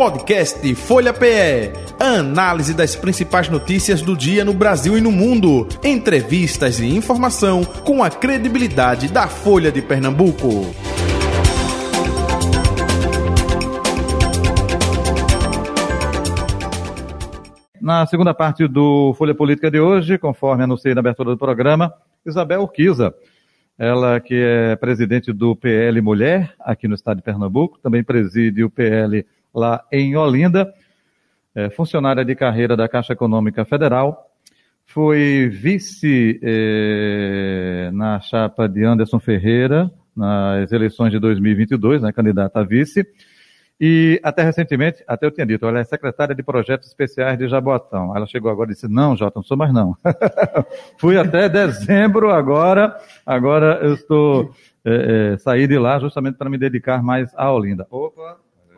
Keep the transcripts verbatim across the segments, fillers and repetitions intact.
Podcast Folha P E. Análise das principais notícias do dia no Brasil e no mundo. Entrevistas e informação com a credibilidade da Folha de Pernambuco. Na segunda parte do Folha Política de hoje, conforme anunciei na abertura do programa, Isabel Urquiza, ela que é presidente do P L Mulher, aqui no estado de Pernambuco, também preside o P L lá em Olinda, é funcionária de carreira da Caixa Econômica Federal, foi vice é, na chapa de Anderson Ferreira, nas eleições de dois mil e vinte e dois, né, candidata a vice, e até recentemente, até eu tinha dito, ela é secretária de Projetos Especiais de Jaboatão. Ela chegou agora e disse, não, Jota, não sou mais não. Fui até dezembro agora, agora eu estou, é, é, saí de lá justamente para me dedicar mais à Olinda. Opa!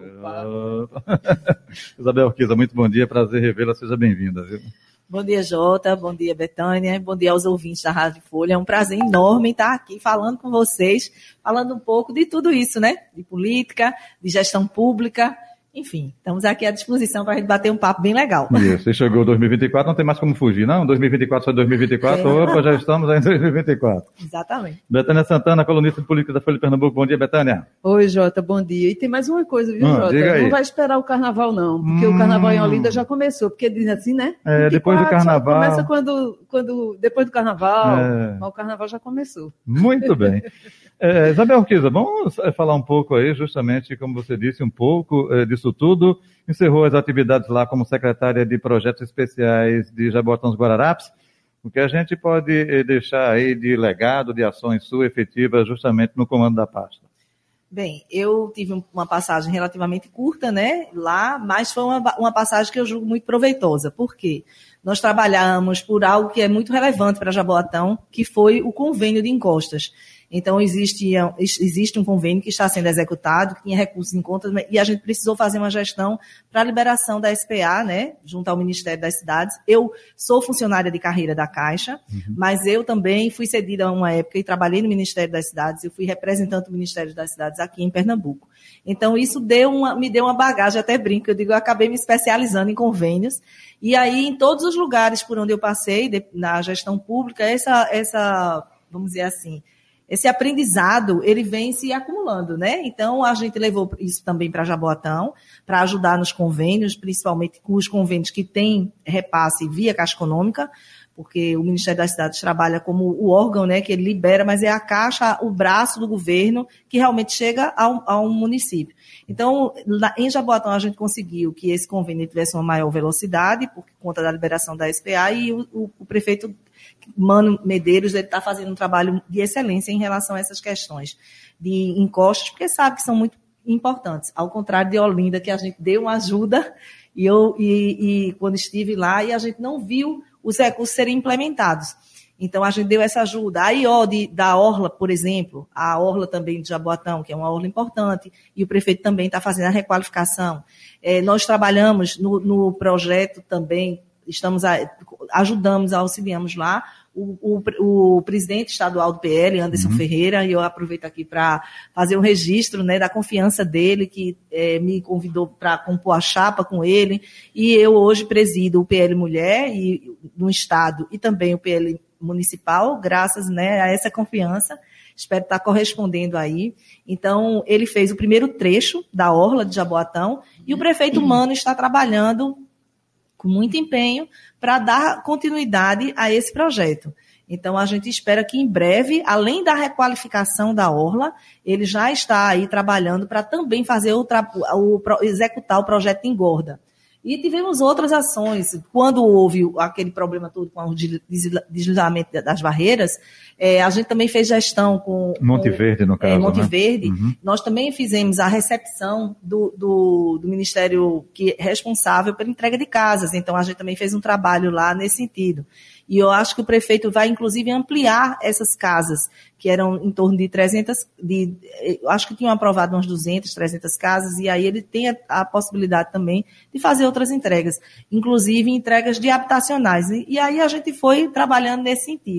Opa. Isabel Urquiza, muito bom dia, prazer revê-la, seja bem-vinda, viu? Bom dia, Jota, bom dia, Betânia, bom dia aos ouvintes da Rádio Folha. É um prazer enorme estar aqui falando com vocês, falando um pouco de tudo isso, né? De política, de gestão pública, enfim, estamos aqui à disposição para a gente bater um papo bem legal. Isso, e chegou dois mil e vinte e quatro, não tem mais como fugir, não? dois mil e vinte e quatro foi dois mil e vinte e quatro, é. Opa, já estamos aí em dois mil e vinte e quatro. Exatamente. Betânia Santana, colunista de política da Folha de Pernambuco, bom dia, Betânia. Oi, Jota, bom dia. E tem mais uma coisa, viu, hum, Jota? Não vai esperar o carnaval, não, porque hum. o carnaval em Olinda já começou, porque diz assim, né? É, depois do carnaval. Começa quando, quando, depois do carnaval, é. Mas o carnaval já começou. Muito bem. É, Isabel Urquiza, vamos falar um pouco aí, justamente, como você disse, um pouco é, disso tudo. Encerrou as atividades lá como secretária de Projetos Especiais de Jaboatão dos Guararapes. O que a gente pode é, deixar aí de legado, de ações suas efetivas, justamente no comando da pasta? Bem, eu tive uma passagem relativamente curta, né, lá, mas foi uma, uma passagem que eu julgo muito proveitosa. Por quê? Nós trabalhamos por algo que é muito relevante para Jaboatão, que foi o convênio de encostas. Então, existe, existe um convênio que está sendo executado, que tinha recursos em conta, e a gente precisou fazer uma gestão para a liberação da S P A, né, junto ao Ministério das Cidades. Eu sou funcionária de carreira da Caixa, uhum. mas eu também fui cedida a uma época e trabalhei no Ministério das Cidades, eu fui representante do Ministério das Cidades aqui em Pernambuco. Então, isso deu uma, me deu uma bagagem, até brinco, eu digo, eu acabei me especializando em convênios, e aí, em todos os lugares por onde eu passei, de, na gestão pública, essa, essa, vamos dizer assim, esse aprendizado, ele vem se acumulando, né? Então, a gente levou isso também para Jaboatão, para ajudar nos convênios, principalmente com os convênios que têm repasse via Caixa Econômica, porque o Ministério das Cidades trabalha como o órgão, né, que ele libera, mas é a Caixa, o braço do governo, que realmente chega ao, ao município. Então, lá, em Jaboatão, a gente conseguiu que esse convênio tivesse uma maior velocidade, por conta da liberação da S P A, e o, o, o prefeito Mano Medeiros está fazendo um trabalho de excelência em relação a essas questões de encostos, porque sabe que são muito importantes, ao contrário de Olinda, que a gente deu uma ajuda, e, eu, e, e quando estive lá, e a gente não viu os recursos serem implementados. Então, a gente deu essa ajuda. A I O de, da Orla, por exemplo, a Orla também de Jaboatão, que é uma Orla importante, e o prefeito também está fazendo a requalificação. É, nós trabalhamos no, no projeto também, estamos a, ajudamos, auxiliamos lá, o, o, o presidente estadual do P L, Anderson uhum. Ferreira, e eu aproveito aqui para fazer um registro, né, da confiança dele, que é, me convidou para compor a chapa com ele, e eu hoje presido o P L Mulher e, no estado e também o P L Municipal, graças, né, a essa confiança. Espero estar correspondendo aí. Então, ele fez o primeiro trecho da Orla de Jaboatão e o prefeito Mano está trabalhando com muito empenho para dar continuidade a esse projeto. Então, a gente espera que em breve, além da requalificação da Orla, ele já está aí trabalhando para também fazer o, tra- o executar o projeto de engorda. E tivemos outras ações. Quando houve aquele problema todo com o deslizamento das barreiras, é, a gente também fez gestão com... Monte com, Verde, no caso, é, Monte né? Verde. Uhum. Nós também fizemos a recepção do, do, do Ministério que é responsável pela entrega de casas. Então, a gente também fez um trabalho lá nesse sentido. E eu acho que o prefeito vai, inclusive, ampliar essas casas, que eram em torno de trezentas, de, eu acho que tinham aprovado umas duzentas, trezentas casas, e aí ele tem a, a possibilidade também de fazer outras entregas, inclusive entregas de habitacionais. E, e aí a gente foi trabalhando nesse sentido.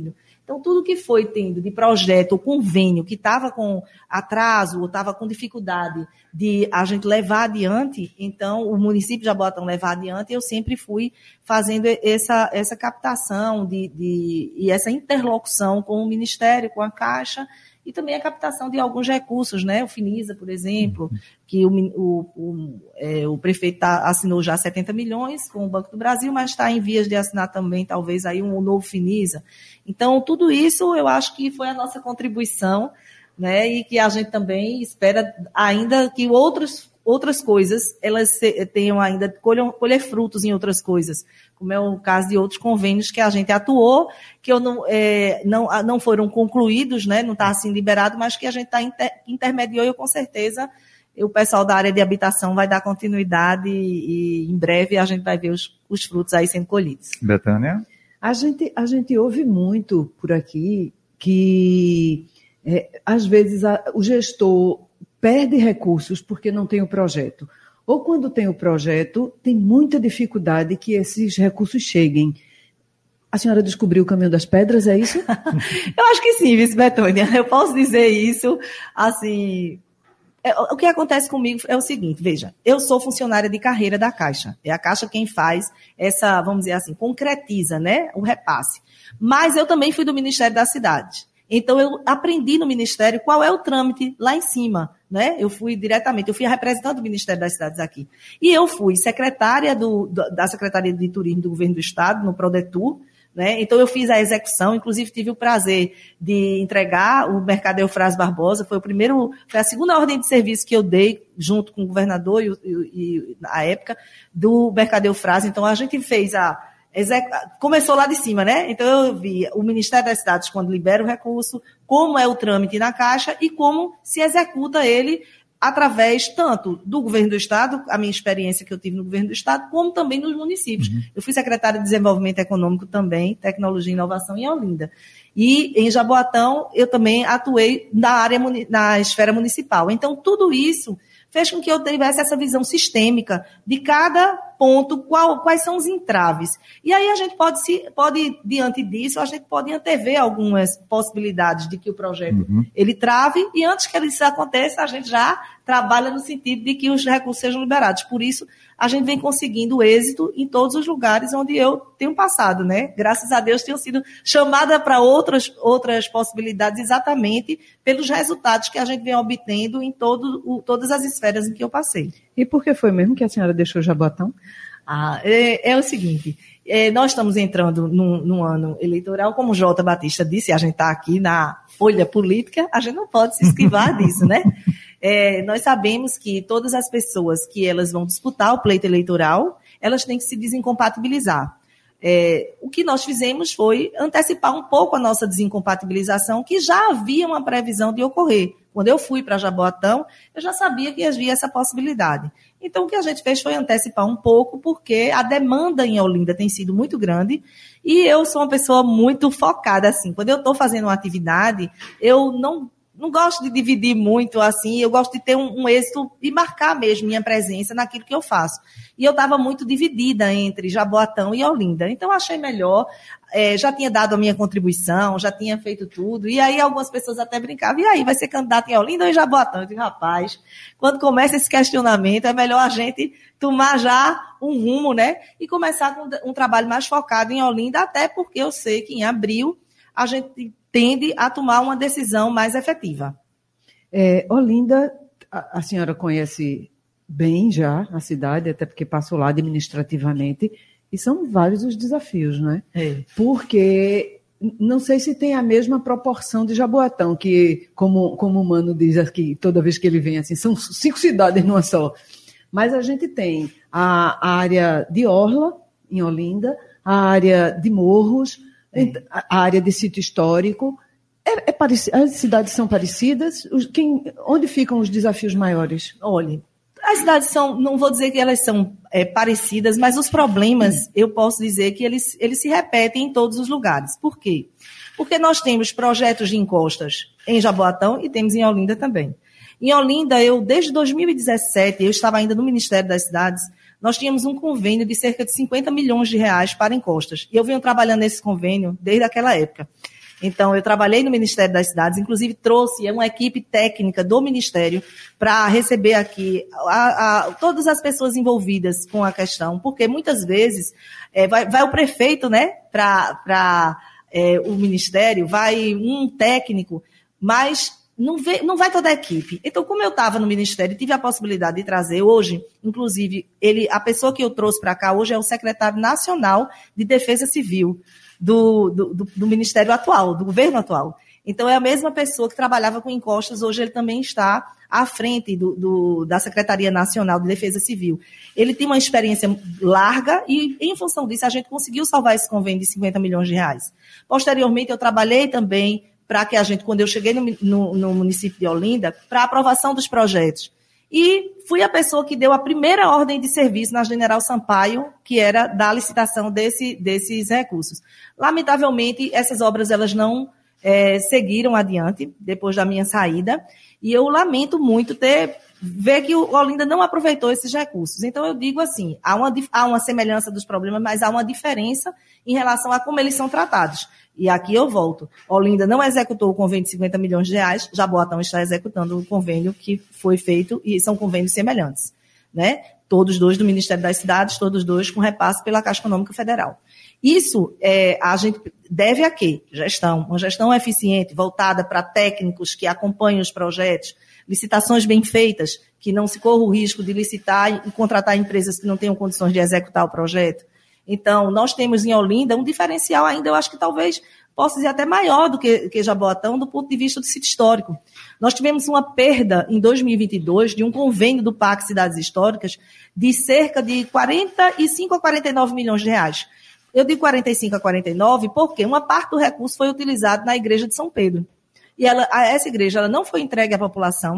Então, tudo que foi tendo de projeto ou convênio que estava com atraso ou estava com dificuldade de a gente levar adiante, então, o município de Jaboatão levar adiante, eu sempre fui fazendo essa, essa captação de, de, e essa interlocução com o Ministério, com a Caixa, e também a captação de alguns recursos, né? O Finisa, por exemplo, que o, o, o, é, o prefeito tá, assinou já setenta milhões com o Banco do Brasil, mas está em vias de assinar também, talvez, aí um, um novo Finisa. Então, tudo isso eu acho que foi a nossa contribuição, né? E que a gente também espera ainda que outros, outras coisas, elas se, tenham ainda, colham, colher frutos em outras coisas, como é o caso de outros convênios que a gente atuou, que eu não, é, não, não foram concluídos, né, não está assim liberado, mas que a gente tá inter, intermediou e eu, com certeza o pessoal da área de habitação vai dar continuidade e, e em breve a gente vai ver os, os frutos aí sendo colhidos. Betânia? A gente, a gente ouve muito por aqui que, é, às vezes, a, o gestor perde recursos porque não tem o projeto. Ou quando tem o projeto, tem muita dificuldade que esses recursos cheguem. A senhora descobriu o caminho das pedras, é isso? Eu acho que sim, vice Betânia. Eu posso dizer isso, assim... É, o que acontece comigo é o seguinte, veja, eu sou funcionária de carreira da Caixa. É a Caixa quem faz essa, vamos dizer assim, concretiza, né, o repasse. Mas eu também fui do Ministério da Cidade. Então, eu aprendi no Ministério qual é o trâmite lá em cima, né? Eu fui diretamente, eu fui a representante do Ministério das Cidades aqui. E eu fui secretária do, da Secretaria de Turismo do Governo do Estado, no Prodetur, né? Então, eu fiz a execução, inclusive tive o prazer de entregar o Mercado Eufrásio Barbosa, foi o primeiro, foi a segunda ordem de serviço que eu dei, junto com o governador e, e, e na época, do Mercado Eufrásio. Então, a gente fez a começou lá de cima, né? Então eu vi o Ministério das Cidades quando libera o recurso, como é o trâmite na Caixa e como se executa ele através tanto do governo do Estado, a minha experiência que eu tive no governo do Estado, como também nos municípios. Uhum. Eu fui secretária de Desenvolvimento Econômico também, Tecnologia e Inovação em Olinda. E em Jaboatão eu também atuei na área, na esfera municipal. Então tudo isso fez com que eu tivesse essa visão sistêmica de cada ponto, qual, quais são os entraves. E aí a gente pode, se, pode, diante disso, a gente pode antever algumas possibilidades de que o projeto uhum. ele trave, e antes que isso aconteça, a gente já trabalha no sentido de que os recursos sejam liberados. Por isso, a gente vem conseguindo êxito em todos os lugares onde eu tenho passado, né? Graças a Deus, tenho sido chamada para outras, outras possibilidades exatamente pelos resultados que a gente vem obtendo em todo, o, todas as esferas em que eu passei. E por que foi mesmo que a senhora deixou Jaboatão? Ah, é, é o seguinte, é, nós estamos entrando num, num ano eleitoral, como o Jota Batista disse, a gente está aqui na folha política, a gente não pode se esquivar disso, né? É, nós sabemos que todas as pessoas que elas vão disputar o pleito eleitoral, elas têm que se desincompatibilizar. É, o que nós fizemos foi antecipar um pouco a nossa desincompatibilização, que já havia uma previsão de ocorrer. Quando eu fui para Jaboatão, eu já sabia que havia essa possibilidade. Então, o que a gente fez foi antecipar um pouco, porque a demanda em Olinda tem sido muito grande e eu sou uma pessoa muito focada, assim. Quando eu estou fazendo uma atividade, eu não... Não gosto de dividir muito, assim, eu gosto de ter um, um êxito e marcar mesmo minha presença naquilo que eu faço. E eu estava muito dividida entre Jaboatão e Olinda. Então, achei melhor, é, já tinha dado a minha contribuição, já tinha feito tudo. E aí, algumas pessoas até brincavam, e aí, vai ser candidato em Olinda ou em Jaboatão? Eu digo, rapaz, quando começa esse questionamento, é melhor a gente tomar já um rumo, né? E começar com um trabalho mais focado em Olinda, até porque eu sei que em abril a gente tende a tomar uma decisão mais efetiva. É, Olinda, a, a senhora conhece bem já a cidade, até porque passou lá administrativamente, e são vários os desafios, não é? É. Porque não sei se tem a mesma proporção de Jaboatão, que, como, como o Mano diz aqui, toda vez que ele vem assim, são cinco cidades numa só. Mas a gente tem a, a área de Orla, em Olinda, a área de Morros, a área de sítio histórico. É, é parecido, as cidades são parecidas? Os, quem, onde ficam os desafios maiores? Olha, as cidades são, não vou dizer que elas são é, parecidas, mas os problemas, eu posso dizer que eles, eles se repetem em todos os lugares. Por quê? Porque nós temos projetos de encostas em Jaboatão e temos em Olinda também. Em Olinda, eu, desde dois mil e dezessete, eu estava ainda no Ministério das Cidades, nós tínhamos um convênio de cerca de cinquenta milhões de reais para encostas. E eu venho trabalhando nesse convênio desde aquela época. Então, eu trabalhei no Ministério das Cidades, inclusive trouxe uma equipe técnica do Ministério para receber aqui a, a, todas as pessoas envolvidas com a questão, porque muitas vezes é, vai, vai o prefeito, né, para é, o Ministério, vai um técnico, mas não, vê, não vai toda a equipe. Então, como eu estava no Ministério, tive a possibilidade de trazer hoje, inclusive, ele, a pessoa que eu trouxe para cá hoje é o secretário nacional de Defesa Civil, Do, do, do Ministério atual, do governo atual. Então, é a mesma pessoa que trabalhava com encostas, hoje ele também está à frente do, do, da Secretaria Nacional de Defesa Civil. Ele tem uma experiência larga e, em função disso, a gente conseguiu salvar esse convênio de cinquenta milhões de reais. Posteriormente, eu trabalhei também para que a gente, quando eu cheguei no, no, no município de Olinda, para a aprovação dos projetos. E fui a pessoa que deu a primeira ordem de serviço na General Sampaio, que era da licitação desse, desses recursos. Lamentavelmente, essas obras elas não é, seguiram adiante depois da minha saída, e eu lamento muito ter ver que o Olinda não aproveitou esses recursos. Então, eu digo assim, há uma, há uma semelhança dos problemas, mas há uma diferença em relação a como eles são tratados. E aqui eu volto. Olinda não executou o convênio de cinquenta milhões de reais, Jaboatão está executando o convênio que foi feito, e são convênios semelhantes, né? Todos dois do Ministério das Cidades, todos dois com repasse pela Caixa Econômica Federal. Isso é, a gente deve a quê? Gestão. Uma gestão eficiente, voltada para técnicos que acompanham os projetos, licitações bem feitas, que não se corra o risco de licitar e contratar empresas que não tenham condições de executar o projeto. Então, nós temos em Olinda um diferencial ainda, eu acho que talvez possa ser até maior do que, que Jaboatão, do ponto de vista do sítio histórico. Nós tivemos uma perda em dois mil e vinte e dois de um convênio do P A C Cidades Históricas de cerca de quarenta e cinco a quarenta e nove milhões de reais. Eu digo quarenta e cinco a quarenta e nove porque uma parte do recurso foi utilizado na igreja de São Pedro. E ela, essa igreja ela não foi entregue à população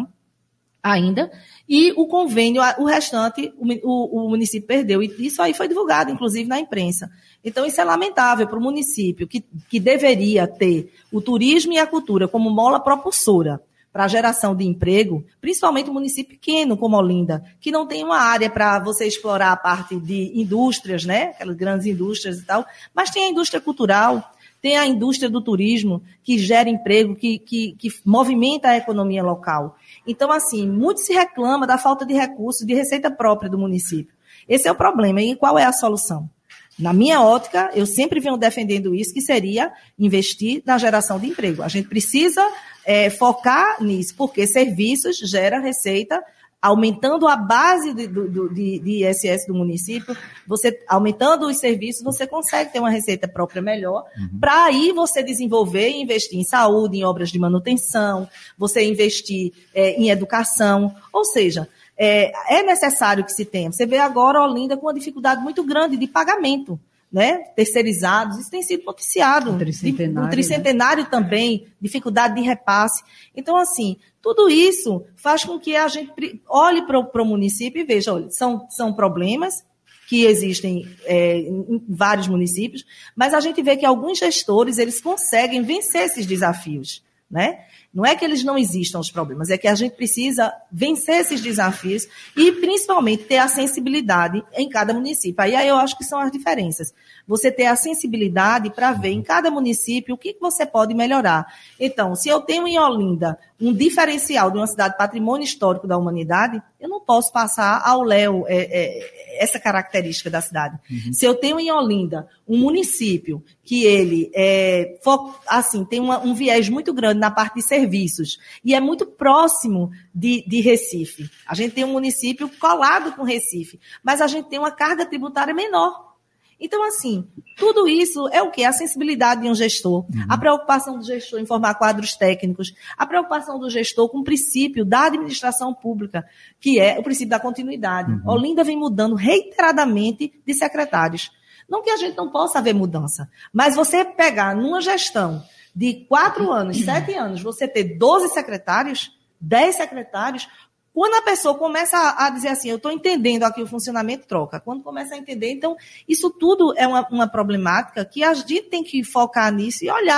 ainda, e o convênio, o restante, o, o, o município perdeu. E isso aí foi divulgado, inclusive, na imprensa. Então, isso é lamentável para o município, que, que deveria ter o turismo e a cultura como mola propulsora para a geração de emprego, principalmente um município pequeno como Olinda, que não tem uma área para você explorar a parte de indústrias, né? Aquelas grandes indústrias e tal, mas tem a indústria cultural, tem a indústria do turismo, que gera emprego, que, que, que movimenta a economia local. Então, assim, muito se reclama da falta de recursos, de receita própria do município. Esse é o problema. E qual é a solução? Na minha ótica, eu sempre venho defendendo isso, que seria investir na geração de emprego. A gente precisa é, focar nisso, porque serviços gera receita, aumentando a base de, de, de, de I S S do município, você, aumentando os serviços, você consegue ter uma receita própria melhor, uhum. para aí você desenvolver e investir em saúde, em obras de manutenção, você investir é, em educação, ou seja, é, é necessário que se tenha. Você vê agora Olinda com uma dificuldade muito grande de pagamento, né? Terceirizados, isso tem sido noticiado. O tricentenário, o tricentenário né? também, dificuldade de repasse. Então, assim, tudo isso faz com que a gente olhe para o município e veja, olha, são, são problemas que existem é, em vários municípios, mas a gente vê que alguns gestores, eles conseguem vencer esses desafios, né? Não é que eles não existam os problemas, é que a gente precisa vencer esses desafios e, principalmente, ter a sensibilidade em cada município. Aí, aí eu acho que são as diferenças. Você ter a sensibilidade para ver em cada município o que você pode melhorar. Então, se eu tenho em Olinda um diferencial de uma cidade patrimônio histórico da humanidade, eu não posso passar ao léu é, é, essa característica da cidade. Uhum. Se eu tenho em Olinda um município que ele é, assim, tem uma, um viés muito grande na parte de serviços e é muito próximo de, de Recife. A gente tem um município colado com Recife, mas a gente tem uma carga tributária menor. Então, assim, tudo isso é o quê? A sensibilidade de um gestor, uhum. a preocupação do gestor em formar quadros técnicos, a preocupação do gestor com o princípio da administração pública, que é o princípio da continuidade. Uhum. Olinda vem mudando reiteradamente de secretários. Não que a gente não possa haver mudança, mas você pegar numa gestão de quatro anos, sete anos, você ter doze secretários, dez secretários, quando a pessoa começa a, a dizer assim, eu estou entendendo aqui o funcionamento, troca. Quando começa a entender, então, isso tudo é uma, uma problemática que a gente tem que focar nisso e olhar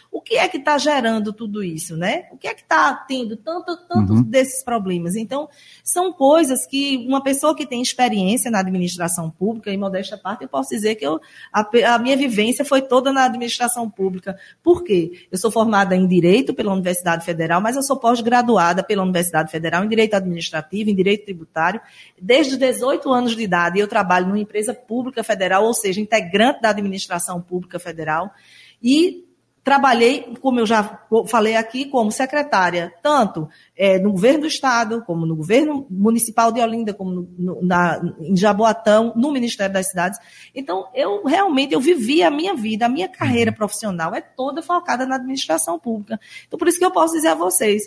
o que é que está gerando tudo isso, né? O que é que está tendo tanto, tanto uhum. desses problemas? Então, são coisas que uma pessoa que tem experiência na administração pública, em modéstia parte, eu posso dizer que eu, a, a minha vivência foi toda na administração pública. Por quê? Eu sou formada em Direito pela Universidade Federal, mas eu sou pós-graduada pela Universidade Federal em Direito Administrativo, em Direito Tributário. Desde os dezoito anos de idade, eu trabalho numa empresa pública federal, ou seja, integrante da administração pública federal, e trabalhei, como eu já falei aqui, como secretária, tanto é, no governo do Estado, como no governo municipal de Olinda, como no, no, na, em Jaboatão, no Ministério das Cidades. Então, eu realmente eu vivi a minha vida, a minha carreira profissional é toda focada na administração pública. Então, por isso que eu posso dizer a vocês,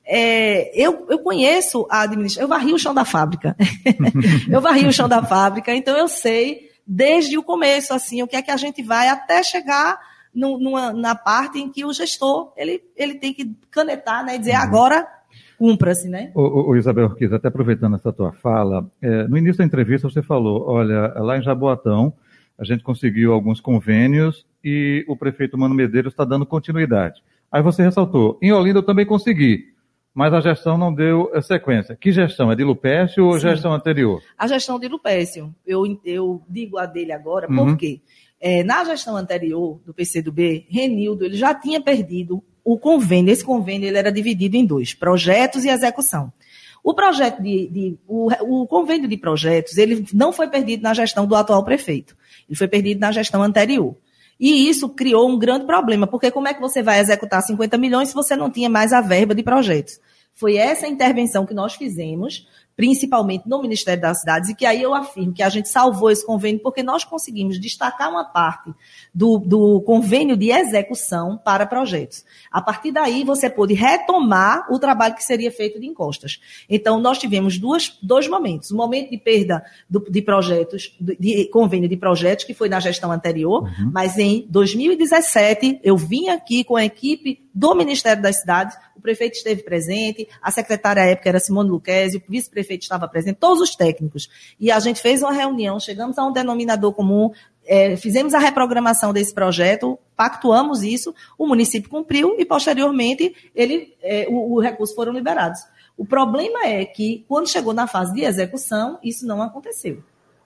é, eu, eu conheço a administração, eu varri o chão da fábrica. eu varri o chão da fábrica, então eu sei desde o começo, assim, o que é que a gente vai até chegar No, numa, na parte em que o gestor ele, ele tem que canetar, né, e dizer, uhum. agora cumpra-se, né? O, o, o Isabel Urquiza, até aproveitando essa tua fala, é, no início da entrevista você falou, olha, lá em Jaboatão a gente conseguiu alguns convênios e o prefeito Mano Medeiros está dando continuidade. Aí você ressaltou, em Olinda eu também consegui, mas a gestão não deu sequência. Que gestão? É de Lupécio ou Sim. gestão anterior? A gestão de Lupécio. Eu, eu digo a dele agora, uhum. por quê? É, na gestão anterior do P C do B, Renildo, ele já tinha perdido o convênio. Esse convênio ele era dividido em dois, projetos e execução. O projeto de, de o, o convênio de projetos, ele não foi perdido na gestão do atual prefeito. Ele foi perdido na gestão anterior. E isso criou um grande problema, porque como é que você vai executar cinquenta milhões se você não tinha mais a verba de projetos? Foi essa intervenção que nós fizemos, principalmente no Ministério das Cidades, e que aí eu afirmo que a gente salvou esse convênio porque nós conseguimos destacar uma parte do, do convênio de execução para projetos. A partir daí, você pôde retomar o trabalho que seria feito de encostas. Então, nós tivemos duas, dois momentos. O momento de perda do, de projetos, de convênio de projetos, que foi na gestão anterior, uhum. mas em dois mil e dezessete, eu vim aqui com a equipe do Ministério das Cidades, o prefeito esteve presente, a secretária à época era Simone Luquezzi, o vice-prefeito estava presente, todos os técnicos. E a gente fez uma reunião, chegamos a um denominador comum, é, fizemos a reprogramação desse projeto, pactuamos isso, o município cumpriu e, posteriormente, ele, é, o, o recurso foram liberados. O problema é que, quando chegou na fase de execução, isso não aconteceu.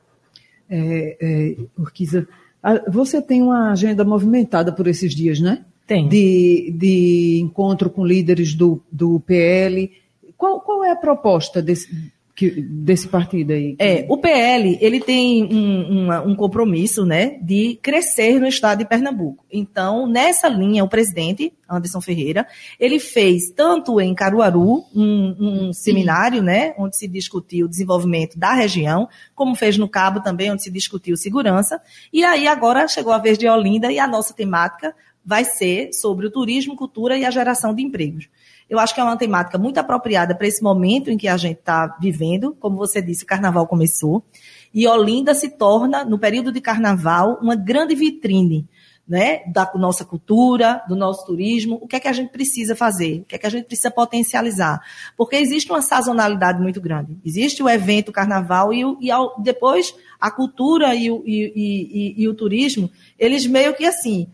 É, é, Urquiza, você tem uma agenda movimentada por esses dias, né? Tem. De, de encontro com líderes do, do P L. Qual, qual é a proposta desse, que, desse partido aí? É, o P L, ele tem um, uma, um compromisso, né, de crescer no estado de Pernambuco. Então, nessa linha, o presidente, Anderson Ferreira, ele fez, tanto em Caruaru, um, um seminário, né, onde se discutiu o desenvolvimento da região, como fez no Cabo também, onde se discutiu segurança. E aí, agora, chegou a vez de Olinda e a nossa temática vai ser sobre o turismo, cultura e a geração de empregos. Eu acho que é uma temática muito apropriada para esse momento em que a gente está vivendo. Como você disse, o carnaval começou. E Olinda se torna, no período de carnaval, uma grande vitrine, né, da nossa cultura, do nosso turismo. O que é que a gente precisa fazer? O que é que a gente precisa potencializar? Porque existe uma sazonalidade muito grande. Existe o evento, o carnaval, e, o, e ao, depois a cultura e o, e, e, e, e o turismo, eles meio que assim...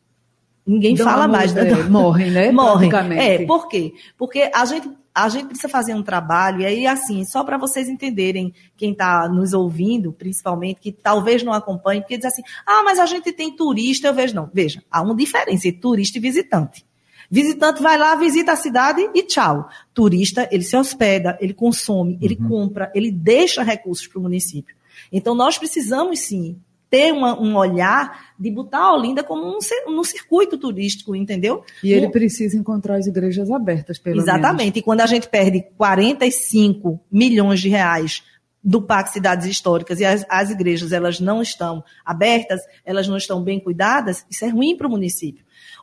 Ninguém Dão fala mais. É, né? Morrem, né? Morrem. É, por quê? Porque a gente, a gente precisa fazer um trabalho, e aí, assim, só para vocês entenderem, quem está nos ouvindo, principalmente, que talvez não acompanhe, porque diz assim, ah, mas a gente tem turista, eu vejo, não. Veja, há uma diferença entre turista e visitante. Visitante vai lá, visita a cidade e tchau. Turista, ele se hospeda, ele consome, uhum. ele compra, ele deixa recursos para o município. Então, nós precisamos, sim, ter uma, um olhar de botar a Olinda como um, um circuito turístico, entendeu? E ele um, precisa encontrar as igrejas abertas, pelo exatamente. menos. Exatamente. E quando a gente perde quarenta e cinco milhões de reais do P A C Cidades Históricas e as, as igrejas elas não estão abertas, elas não estão bem cuidadas, isso é ruim para o município.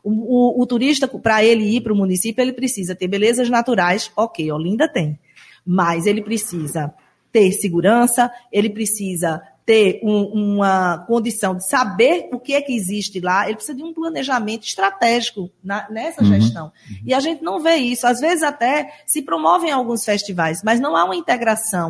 O, o turista, para ele ir para o município, ele precisa ter belezas naturais, ok, Olinda tem, mas ele precisa ter segurança, ele precisa ter um, uma condição de saber o que é que existe lá, ele precisa de um planejamento estratégico na, nessa uhum. gestão. E a gente não vê isso. Às vezes até se promovem alguns festivais, mas não há uma integração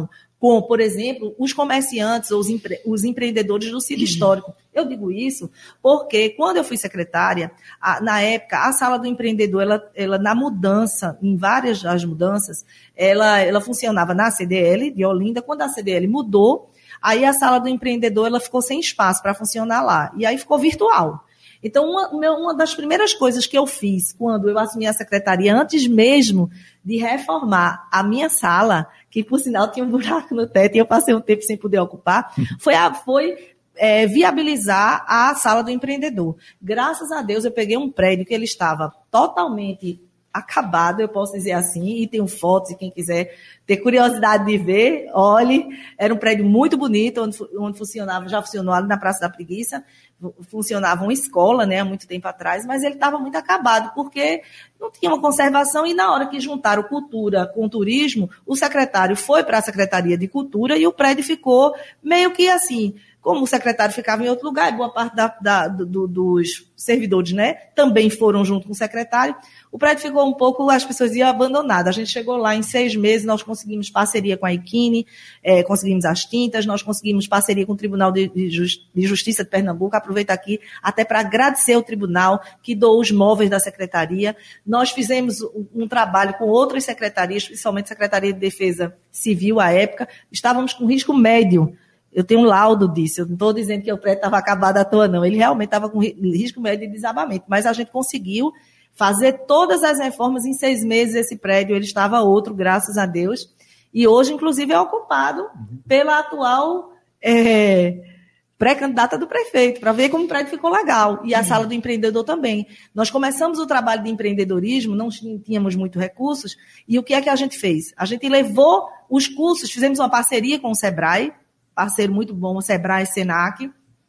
com, por exemplo, os comerciantes ou os, empre- os empreendedores do sítio histórico. Eu digo isso porque, quando eu fui secretária, a, na época, a Sala do Empreendedor, ela, ela na mudança, em várias das mudanças, ela, ela funcionava na C D L de Olinda. Quando a C D L mudou, aí a Sala do Empreendedor ela ficou sem espaço para funcionar lá. E aí ficou virtual. Então, uma, uma das primeiras coisas que eu fiz quando eu assumi a secretaria, antes mesmo de reformar a minha sala, que, por sinal, tinha um buraco no teto e eu passei um tempo sem poder ocupar, foi, a, foi é, viabilizar a Sala do Empreendedor. Graças a Deus, eu peguei um prédio que ele estava totalmente acabado, eu posso dizer assim, e tenho fotos, e quem quiser ter curiosidade de ver, olhe, era um prédio muito bonito, onde, onde funcionava, já funcionou ali na Praça da Preguiça, funcionava uma escola, né, há muito tempo atrás, mas ele estava muito acabado, porque não tinha uma conservação, e na hora que juntaram cultura com turismo, o secretário foi para a Secretaria de Cultura e o prédio ficou meio que assim, como o secretário ficava em outro lugar, e boa parte da, da, do, dos servidores, né, também foram junto com o secretário, o prédio ficou um pouco, as pessoas iam abandonadas. A gente chegou lá em seis meses, nós conseguimos parceria com a Iquine, é, conseguimos as tintas, nós conseguimos parceria com o Tribunal de, de, Just, de Justiça de Pernambuco. Aproveito aqui até para agradecer ao tribunal que doou os móveis da secretaria. Nós fizemos um, um trabalho com outras secretarias, principalmente a Secretaria de Defesa Civil à época. Estávamos com risco médio. Eu tenho um laudo disso, eu não estou dizendo que o prédio estava acabado à toa, não. Ele realmente estava com risco médio de desabamento, mas a gente conseguiu fazer todas as reformas em seis meses. Esse prédio ele estava outro, graças a Deus, e hoje, inclusive, é ocupado uhum. pela atual é, pré-candidata do prefeito, para ver como o prédio ficou legal, e a uhum. Sala do Empreendedor também. Nós começamos o trabalho de empreendedorismo, não tínhamos muitos recursos, e o que é que a gente fez? A gente levou os cursos, fizemos uma parceria com o Sebrae, parceiro muito bom, o Sebrae, Senac,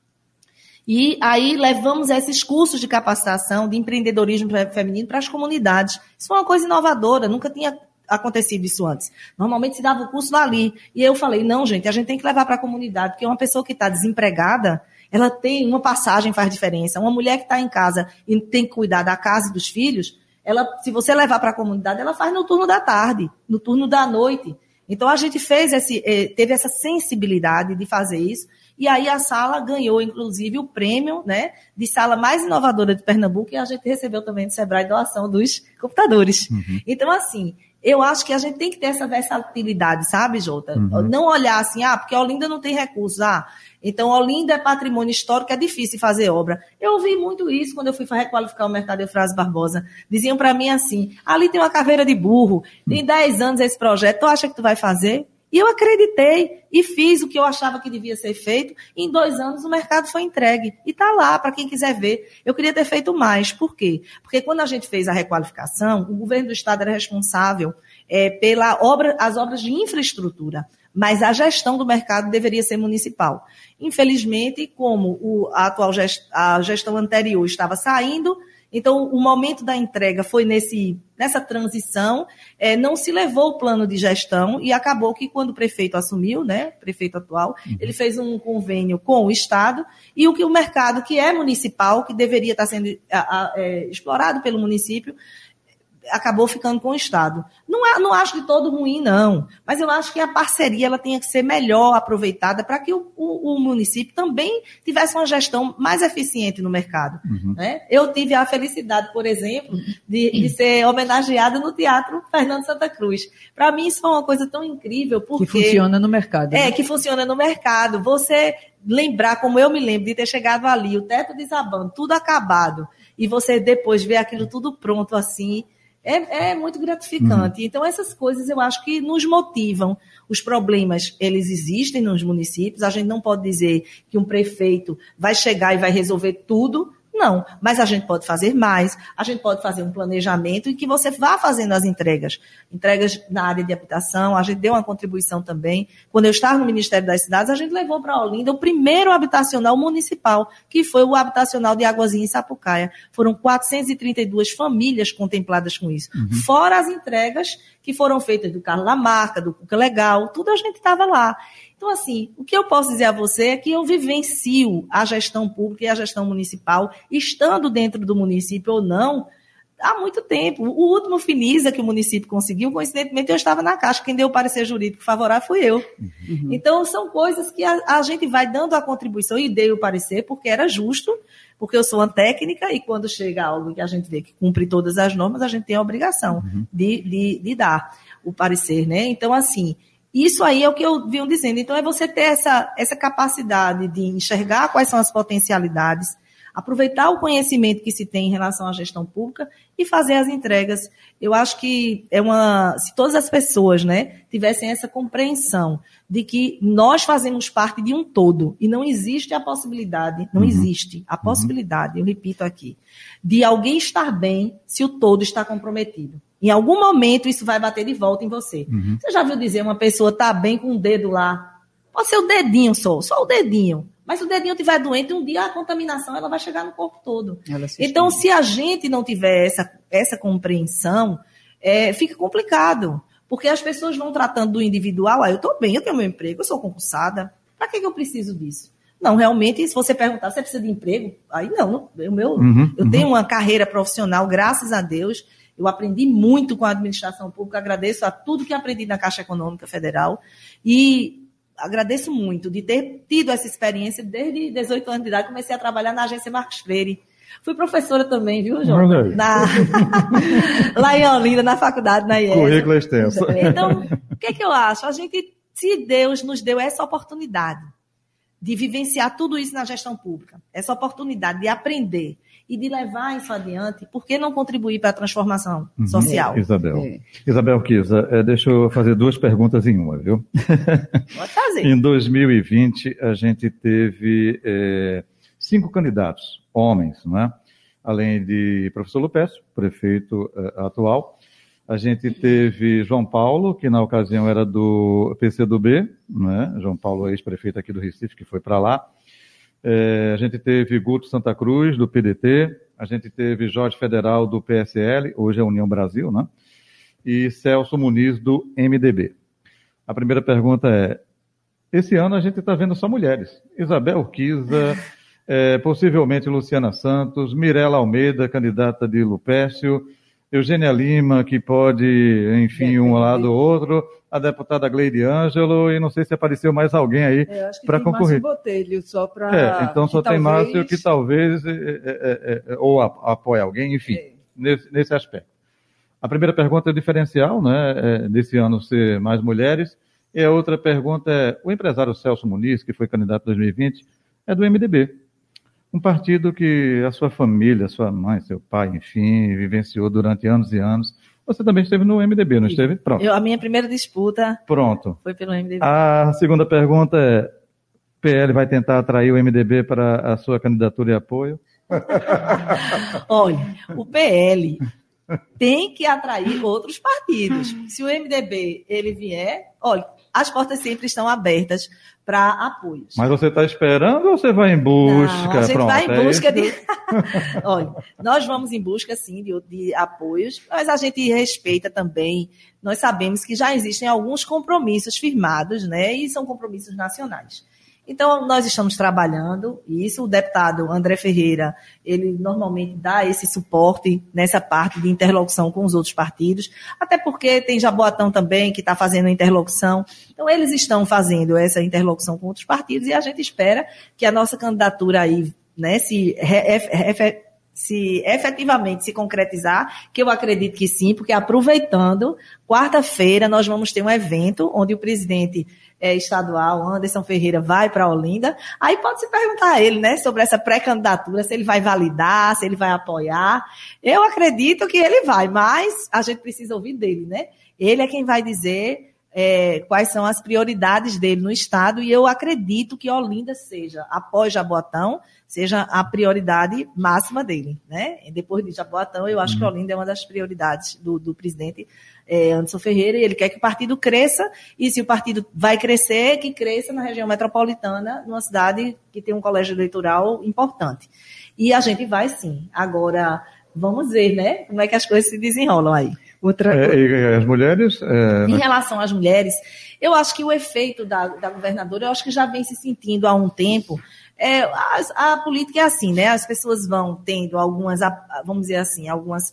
e aí levamos esses cursos de capacitação de empreendedorismo feminino para as comunidades. Isso foi uma coisa inovadora, nunca tinha acontecido isso antes. Normalmente se dava o curso ali. E eu falei, não, gente, a gente tem que levar para a comunidade, porque uma pessoa que está desempregada, ela tem uma passagem, faz diferença. Uma mulher que está em casa e tem que cuidar da casa e dos filhos, ela, se você levar para a comunidade, ela faz no turno da tarde, no turno da noite. Então a gente fez esse, teve essa sensibilidade de fazer isso. E aí a sala ganhou, inclusive, o prêmio, né, de sala mais inovadora de Pernambuco, e a gente recebeu também do Sebrae doação dos computadores. Uhum. Então, assim, eu acho que a gente tem que ter essa versatilidade, sabe, Jota? Uhum. Não olhar assim, ah, porque Olinda não tem recursos, ah, então Olinda é patrimônio histórico, é difícil fazer obra. Eu ouvi muito isso quando eu fui requalificar o mercado Eufrásio Barbosa. Diziam para mim assim, ali tem uma caveira de burro, tem dez anos esse projeto, tu acha que tu vai fazer? E eu acreditei e fiz o que eu achava que devia ser feito. Em dois anos o mercado foi entregue. E está lá, para quem quiser ver. Eu queria ter feito mais. Por quê? Porque quando a gente fez a requalificação, o governo do estado era responsável é, pela obra, as obras de infraestrutura. Mas a gestão do mercado deveria ser municipal. Infelizmente, como o, a atual gest, a gestão anterior estava saindo, então o momento da entrega foi nesse, nessa transição, é, não se levou o plano de gestão e acabou que quando o prefeito assumiu, né, prefeito atual, uhum. ele fez um convênio com o Estado e o que o mercado, que é municipal, que deveria estar sendo a, a, é, explorado pelo município, acabou ficando com o Estado. Não, é, não acho de todo ruim, não, mas eu acho que a parceria ela tinha que ser melhor aproveitada para que o, o, o município também tivesse uma gestão mais eficiente no mercado. Uhum. Né? Eu tive a felicidade, por exemplo, de, de ser homenageada no Teatro Fernando Santa Cruz. Para mim isso foi uma coisa tão incrível, porque... Que funciona no mercado. É, né? que funciona no mercado. Você lembrar, como eu me lembro, de ter chegado ali, o teto desabando, tudo acabado, e você depois ver aquilo tudo pronto assim... É, é muito gratificante. Uhum. Então, essas coisas eu acho que nos motivam. Os problemas, eles existem nos municípios. A gente não pode dizer que um prefeito vai chegar e vai resolver tudo. Não, mas a gente pode fazer mais, a gente pode fazer um planejamento e que você vá fazendo as entregas. Entregas na área de habitação, a gente deu uma contribuição também. Quando eu estava no Ministério das Cidades, a gente levou para Olinda o primeiro habitacional municipal, que foi o habitacional de Águazinha em Sapucaia. Foram quatrocentas e trinta e duas famílias contempladas com isso. Uhum. Fora as entregas que foram feitas do Carlos Lamarca, do Cuca Legal, tudo a gente estava lá. Então, assim, o que eu posso dizer a você é que eu vivencio a gestão pública e a gestão municipal, estando dentro do município ou não, há muito tempo. O último Finisa que o município conseguiu, coincidentemente, eu estava na Caixa. Quem deu o parecer jurídico favorável fui eu. Uhum. Então, são coisas que a, a gente vai dando a contribuição e dei o parecer porque era justo, porque eu sou uma técnica e quando chega algo que a gente vê que cumpre todas as normas, a gente tem a obrigação uhum. de, de, de dar o parecer, né? Então, assim, isso aí é o que eu venho dizendo. Então, é você ter essa, essa capacidade de enxergar quais são as potencialidades, aproveitar o conhecimento que se tem em relação à gestão pública e fazer as entregas. Eu acho que é uma, se todas as pessoas, né, tivessem essa compreensão de que nós fazemos parte de um todo e não existe a possibilidade, não uhum. existe a possibilidade, eu repito aqui, de alguém estar bem se o todo está comprometido. Em algum momento isso vai bater de volta em você. Uhum. Você já viu dizer uma pessoa está bem com o dedo lá? Pode ser o dedinho só, só o dedinho. Mas se o dedinho estiver doente, um dia a contaminação ela vai chegar no corpo todo. Se então, se a gente não tiver essa, essa compreensão, é, fica complicado. Porque as pessoas vão tratando do individual, ah, eu estou bem, eu tenho meu emprego, eu sou concursada, para que, que eu preciso disso? Não, realmente, se você perguntar, você precisa de emprego? Aí não, eu, meu, uhum, eu uhum. tenho uma carreira profissional, graças a Deus, eu aprendi muito com a administração pública, agradeço a tudo que aprendi na Caixa Econômica Federal e agradeço muito de ter tido essa experiência desde dezoito anos de idade, comecei a trabalhar na agência Marcos Freire. Fui professora também, viu, João? Na... Lá em Olinda, na faculdade, na I E S. Currículo extenso. Então, o que é que eu acho? A gente, se Deus nos deu essa oportunidade de vivenciar tudo isso na gestão pública, essa oportunidade de aprender e de levar isso adiante, por que não contribuir para a transformação uhum. social? Isabel. É. Isabel Kisa, é, deixa eu fazer duas perguntas em uma, viu? Pode fazer. Em dois mil e vinte, a gente teve é, cinco candidatos, homens, não é? Além de professor Lupécio, prefeito é, atual. A gente teve João Paulo, que na ocasião era do P C do B, né? João Paulo, ex-prefeito aqui do Recife, que foi para lá. É, a gente teve Guto Santa Cruz, do P D T, a gente teve Jorge Federal, do P S L, hoje é União Brasil, né? E Celso Muniz, do M D B. A primeira pergunta é, esse ano a gente está vendo só mulheres. Isabel Kisa, é, possivelmente Luciana Santos, Mirela Almeida, candidata de Lupécio, Eugênia Lima, que pode, enfim, um lado ou outro, a deputada Gleide Ângelo, e não sei se apareceu mais alguém aí para concorrer. Márcio Botelho, só para... É, então só tem talvez... Márcio que talvez, é, é, é, ou apoia alguém, enfim, é. nesse, nesse aspecto. A primeira pergunta é o diferencial, né, é, desse ano ser mais mulheres, e a outra pergunta é, o empresário Celso Muniz, que foi candidato em dois mil e vinte, é do M D B. Um partido que a sua família, sua mãe, seu pai, enfim, vivenciou durante anos e anos. Você também esteve no M D B, não esteve? Pronto. Eu, a minha primeira disputa Pronto. foi pelo M D B. A segunda pergunta é, o P L vai tentar atrair o M D B para a sua candidatura e apoio? Olha, o P L tem que atrair outros partidos. Se o M D B ele vier, olha, as portas sempre estão abertas para apoios. Mas você está esperando ou você vai em busca? Não, a gente Pronto, vai em é busca de... Olha, nós vamos em busca, sim, de, de apoios, mas a gente respeita também, nós sabemos que já existem alguns compromissos firmados, né, e são compromissos nacionais. Então, nós estamos trabalhando isso. O deputado André Ferreira, ele normalmente dá esse suporte nessa parte de interlocução com os outros partidos, até porque tem Jaboatão também que está fazendo interlocução. Então, eles estão fazendo essa interlocução com outros partidos e a gente espera que a nossa candidatura aí, né, se, re, se efetivamente se concretizar, que eu acredito que sim, porque aproveitando, quarta-feira nós vamos ter um evento onde o presidente É, estadual, Anderson Ferreira, vai para Olinda, aí pode se perguntar a ele, né, sobre essa pré-candidatura, se ele vai validar, se ele vai apoiar. Eu acredito que ele vai, mas a gente precisa ouvir dele, né? Ele é quem vai dizer é, quais são as prioridades dele no estado, e eu acredito que Olinda seja, após Jaboatão, seja a prioridade máxima dele, né? E depois de Jaboatão, eu acho uhum. que Olinda é uma das prioridades do, do presidente é, Anderson Ferreira, e ele quer que o partido cresça, e se o partido vai crescer, que cresça na região metropolitana, numa cidade que tem um colégio eleitoral importante. E a gente vai sim. Agora, vamos ver, né, como é que as coisas se desenrolam aí. Outra... É, e as mulheres? É... Em relação às mulheres, eu acho que o efeito da, da governadora, eu acho que já vem se sentindo há um tempo. É, a, a política é assim, né? As pessoas vão tendo algumas, vamos dizer assim, algumas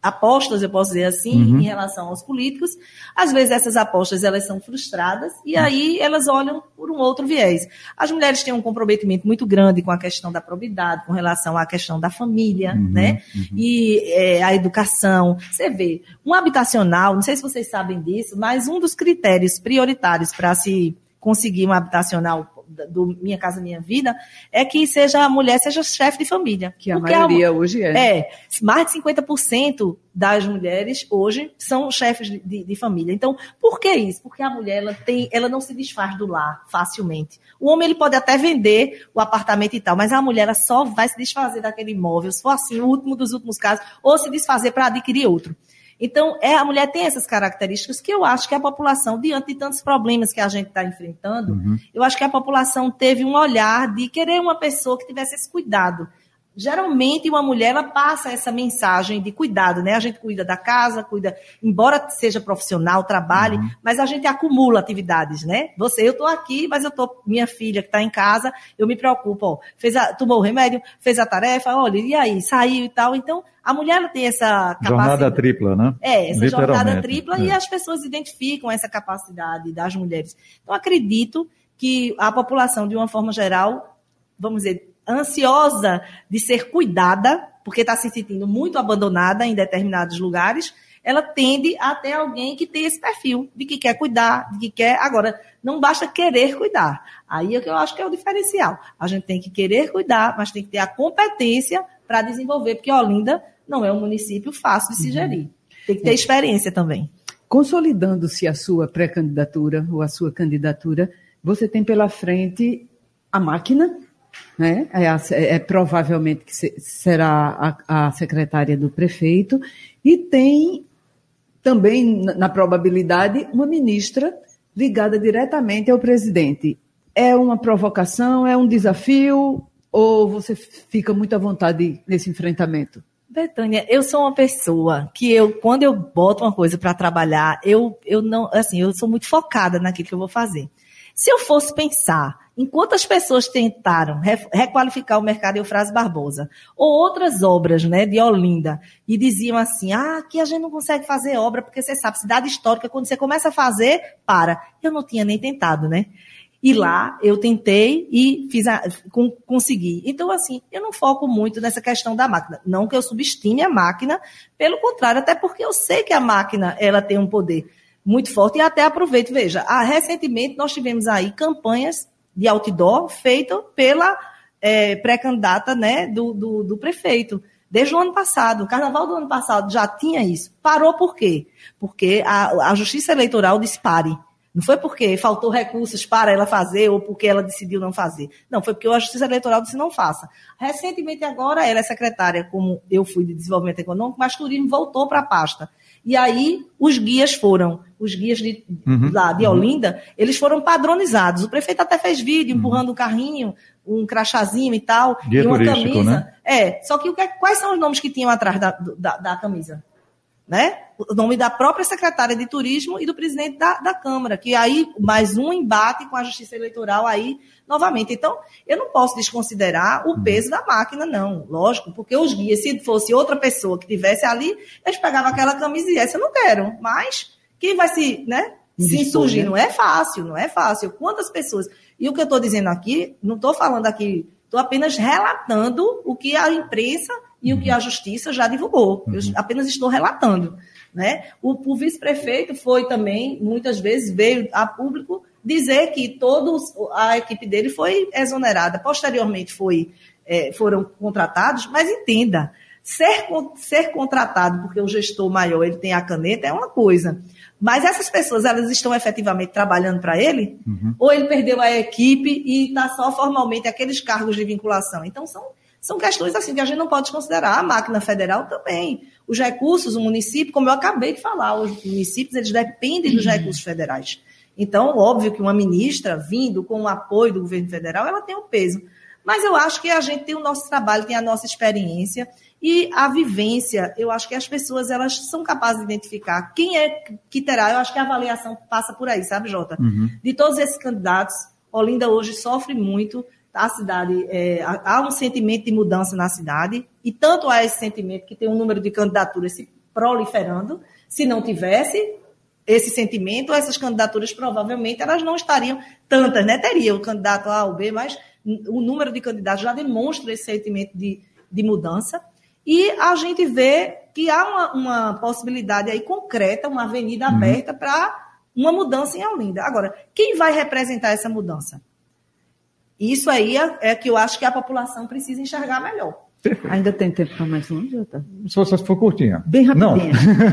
apostas, eu posso dizer assim, uhum. em relação aos políticos. Às vezes essas apostas elas são frustradas e aí elas olham por um outro viés. As mulheres têm um comprometimento muito grande com a questão da probidade, com relação à questão da família, uhum, né? Uhum. E é, a educação. Você vê, um habitacional, não sei se vocês sabem disso, mas um dos critérios prioritários para se conseguir um habitacional do Minha Casa Minha Vida, é que seja a mulher seja chefe de família. Que a maioria a, hoje é. É, mais de cinquenta por cento das mulheres hoje são chefes de, de, de família. Então, por que isso? Porque a mulher ela tem, ela não se desfaz do lar facilmente. O homem ele pode até vender o apartamento e tal, mas a mulher ela só vai se desfazer daquele imóvel, se for assim, o último dos últimos casos, ou se desfazer para adquirir outro. Então, é, a mulher tem essas características que eu acho que a população, diante de tantos problemas que a gente está enfrentando, uhum. eu acho que a população teve um olhar de querer uma pessoa que tivesse esse cuidado. Geralmente, uma mulher, ela passa essa mensagem de cuidado, né? A gente cuida da casa, cuida, embora seja profissional, trabalhe, uhum. mas a gente acumula atividades, né? Você, eu estou aqui, mas eu estou, minha filha que está em casa, eu me preocupo, ó, fez a, tomou o remédio, fez a tarefa, olha, e aí, saiu e tal, então... A mulher ela tem essa capacidade. Jornada tripla, né? É, essa jornada tripla, é. E as pessoas identificam essa capacidade das mulheres. Então, acredito que a população, de uma forma geral, vamos dizer, ansiosa de ser cuidada, porque está se sentindo muito abandonada em determinados lugares, ela tende a ter alguém que tem esse perfil, de que quer cuidar, de que quer... Agora, não basta querer cuidar. Aí é que eu acho que é o diferencial. A gente tem que querer cuidar, mas tem que ter a competência para desenvolver, porque Olinda não é um município fácil de se gerir. Tem que ter experiência também. Consolidando-se a sua pré-candidatura ou a sua candidatura, você tem pela frente a máquina, né? É, a, é provavelmente que se, será a, a secretária do prefeito, e tem também, na, na probabilidade, uma ministra ligada diretamente ao presidente. É uma provocação, é um desafio, ou você fica muito à vontade nesse enfrentamento? Betânia, eu sou uma pessoa que eu, quando eu boto uma coisa para trabalhar, eu, eu não, assim, eu sou muito focada naquilo que eu vou fazer. Se eu fosse pensar em quantas pessoas tentaram re, requalificar o mercado Eufrásio Barbosa, ou outras obras, né, de Olinda, e diziam assim, ah, aqui a gente não consegue fazer obra, porque você sabe, cidade histórica, quando você começa a fazer, para. Eu não tinha nem tentado, né? E lá eu tentei e fiz a, com, consegui. Então, assim, eu não foco muito nessa questão da máquina. Não que eu subestime a máquina, pelo contrário, até porque eu sei que a máquina ela tem um poder muito forte e até aproveito. Veja, ah, recentemente nós tivemos aí campanhas de outdoor feitas pela é, pré-candidata, né, do, do, do prefeito. Desde o ano passado, o carnaval do ano passado já tinha isso. Parou por quê? Porque a, a Justiça Eleitoral disse pare. Não foi porque faltou recursos para ela fazer ou porque ela decidiu não fazer. Não, foi porque a Justiça Eleitoral disse não faça. Recentemente agora ela é secretária, como eu fui de Desenvolvimento Econômico, mas Turismo voltou para a pasta. E aí os guias foram, os guias de, uhum, lá de Olinda, uhum. eles foram padronizados. O prefeito até fez vídeo, empurrando o um carrinho, um crachazinho e tal, guia e uma turístico, camisa. Né? É, só que o que, quais são os nomes que tinham atrás da, da, da camisa? Né? O nome da própria secretária de Turismo e do presidente da, da Câmara, que aí mais um embate com a Justiça Eleitoral aí novamente. Então, eu não posso desconsiderar o peso da máquina, não, lógico, porque os guias, se fosse outra pessoa que estivesse ali, eles pegavam aquela camisa e essa eu não quero, mas quem vai se, né, se insurgir? Né? Não é fácil, não é fácil. Quantas pessoas... E o que eu estou dizendo aqui, não estou falando aqui, estou apenas relatando o que a imprensa e o que a Justiça já divulgou. Eu apenas estou relatando. Né? O, o vice-prefeito foi também, muitas vezes, veio a público dizer que todos, a equipe dele foi exonerada. Posteriormente foi, é, foram contratados, mas entenda, ser, ser contratado porque o gestor maior ele tem a caneta é uma coisa. Mas essas pessoas, elas estão efetivamente trabalhando para ele? Uhum. Ou ele perdeu a equipe e está só formalmente aqueles cargos de vinculação? Então, são... São questões assim que a gente não pode considerar. A máquina federal também. Os recursos, o município, como eu acabei de falar, os municípios eles dependem dos recursos federais. Então, óbvio que uma ministra vindo com o apoio do governo federal, ela tem um peso. Mas eu acho que a gente tem o nosso trabalho, tem a nossa experiência e a vivência. Eu acho que as pessoas elas são capazes de identificar quem é que terá. Eu acho que a avaliação passa por aí, sabe, Jota? Uhum. De todos esses candidatos, Olinda hoje sofre muito. A cidade, é, há um sentimento de mudança na cidade, e tanto há esse sentimento que tem um número de candidaturas se proliferando. Se não tivesse esse sentimento, essas candidaturas provavelmente elas não estariam tantas, né? Teria o candidato A ou B, mas o número de candidatos já demonstra esse sentimento de, de mudança. E a gente vê que há uma, uma possibilidade aí concreta, uma avenida uhum. aberta para uma mudança em Olinda. Agora, quem vai representar essa mudança? Isso aí é, é que eu acho que a população precisa enxergar melhor. Ainda tem tempo para mais um, Jota? Só se for curtinha. Bem rapidinha.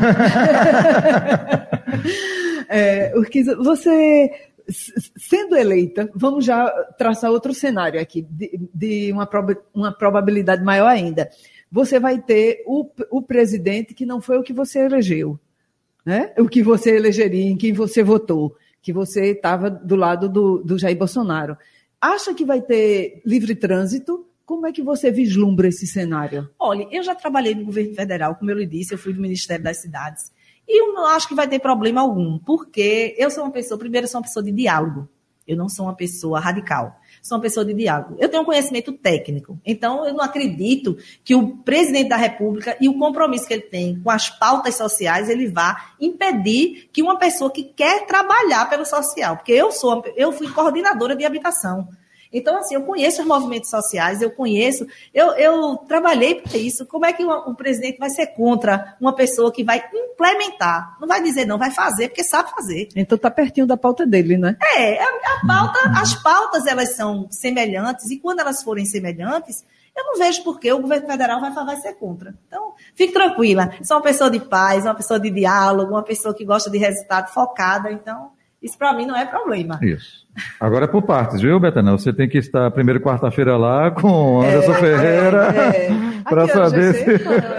é, Urquiza, você, sendo eleita, vamos já traçar outro cenário aqui, de, de uma, proba, uma probabilidade maior ainda. Você vai ter o, o presidente que não foi o que você elegeu, né? O que você elegeria, em quem você votou, que você estava do lado do, do Jair Bolsonaro. Acha que vai ter livre trânsito? Como é que você vislumbra esse cenário? Olha, eu já trabalhei no governo federal, como eu lhe disse, eu fui do Ministério das Cidades. E eu não acho que vai ter problema algum, porque eu sou uma pessoa, primeiro, eu sou uma pessoa de diálogo. Eu não sou uma pessoa radical. Sou uma pessoa de diálogo. Eu tenho um conhecimento técnico. Então, eu não acredito que o presidente da República e o compromisso que ele tem com as pautas sociais, ele vá impedir que uma pessoa que quer trabalhar pelo social. Porque eu sou, eu fui coordenadora de habitação. Então, assim, eu conheço os movimentos sociais, eu conheço, eu, eu trabalhei para isso. Como é que o, o presidente vai ser contra uma pessoa que vai implementar? Não vai dizer não, vai fazer, porque sabe fazer. Então tá pertinho da pauta dele, né? É, a, a pauta, as pautas, elas são semelhantes, e quando elas forem semelhantes, eu não vejo por que o governo federal vai, vai ser contra. Então, fique tranquila. Sou uma pessoa de paz, uma pessoa de diálogo, uma pessoa que gosta de resultado, focada, então... Isso para mim não é problema. Isso. Agora é por partes, viu, Betânia? Você tem que estar primeiro quarta-feira lá com Anderson é, Ferreira é, é. para saber se...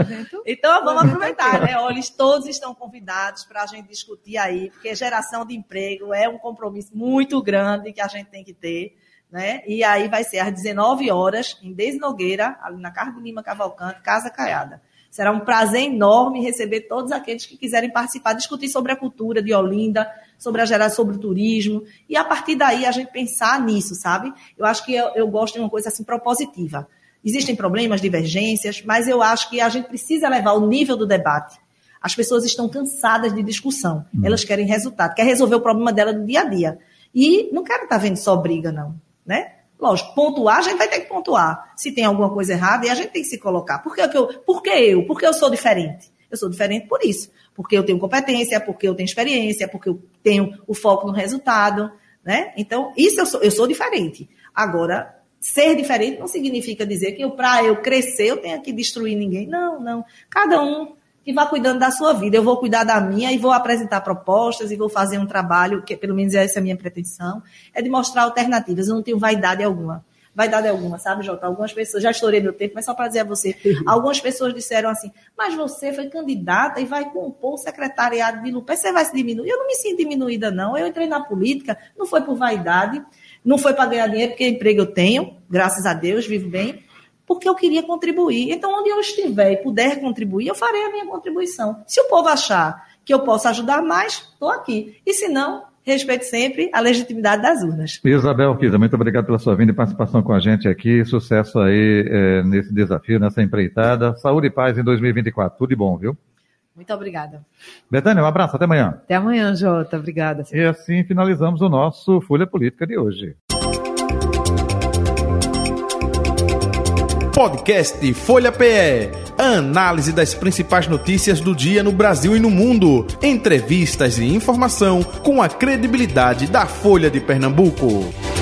Então vamos aproveitar, né? Olha, todos estão convidados para a gente discutir aí, porque geração de emprego é um compromisso muito grande que a gente tem que ter, né? E aí vai ser às dezenove horas, em Deise Nogueira, ali na Carlos de Lima Cavalcante, Casa Caiada. Será um prazer enorme receber todos aqueles que quiserem participar, discutir sobre a cultura de Olinda, sobre a geração, sobre o turismo, e a partir daí a gente pensar nisso, sabe? Eu acho que eu, eu gosto de uma coisa assim propositiva. Existem problemas, divergências, mas eu acho que a gente precisa levar o nível do debate. As pessoas estão cansadas de discussão, hum. elas querem resultado, querem resolver o problema dela do dia a dia. E não quero estar vendo só briga, não, né? Lógico, pontuar, a gente vai ter que pontuar. Se tem alguma coisa errada, e a gente tem que se colocar. Por que eu? Por que eu? Porque eu sou diferente. Eu sou diferente por isso. Porque eu tenho competência, porque eu tenho experiência, porque eu tenho o foco no resultado, né? Então, isso eu sou, eu sou diferente. Agora, ser diferente não significa dizer que para eu crescer eu tenho que destruir ninguém. Não, não. Cada um que vá cuidando da sua vida. Eu vou cuidar da minha e vou apresentar propostas e vou fazer um trabalho, que pelo menos essa é a minha pretensão, é de mostrar alternativas. Eu não tenho vaidade alguma. Vaidade alguma, sabe, Jota? Algumas pessoas, já estourei meu tempo, mas só para dizer a você, algumas pessoas disseram assim, mas você foi candidata e vai compor o secretariado de Lupe, você vai se diminuir? Eu não me sinto diminuída, não. Eu entrei na política, não foi por vaidade, não foi para ganhar dinheiro, porque emprego eu tenho, graças a Deus, vivo bem, porque eu queria contribuir. Então, onde eu estiver e puder contribuir, eu farei a minha contribuição. Se o povo achar que eu posso ajudar mais, estou aqui. E se não, respeito sempre a legitimidade das urnas. Isabel Urquiza, muito obrigado pela sua vinda e participação com a gente aqui. Sucesso aí é, nesse desafio, nessa empreitada. Saúde e paz em dois mil e vinte e quatro. Tudo de bom, viu? Muito obrigada. Betânia, um abraço. Até amanhã. Até amanhã, Jota. Obrigada. E assim finalizamos o nosso Folha Política de hoje. Podcast Folha P E. A análise das principais notícias do dia no Brasil e no mundo. Entrevistas e informação com a credibilidade da Folha de Pernambuco.